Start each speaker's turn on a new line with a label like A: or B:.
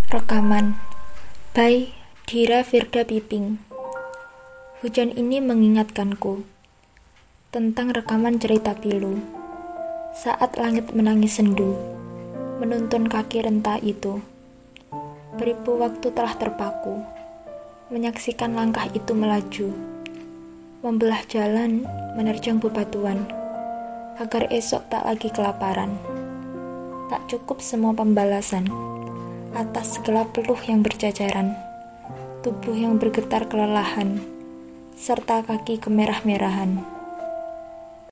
A: Rekaman by Dira Firda Piping. Hujan ini mengingatkanku tentang rekaman cerita pilu. Saat langit menangis sendu, menuntun kaki renta itu. Beribu waktu telah terpaku, menyaksikan langkah itu melaju, membelah jalan menerjang bebatuan, agar esok tak lagi kelaparan. Tak cukup semua pembalasan atas segala peluh yang berjajaran, tubuh yang bergetar kelelahan, serta kaki kemerah-merahan.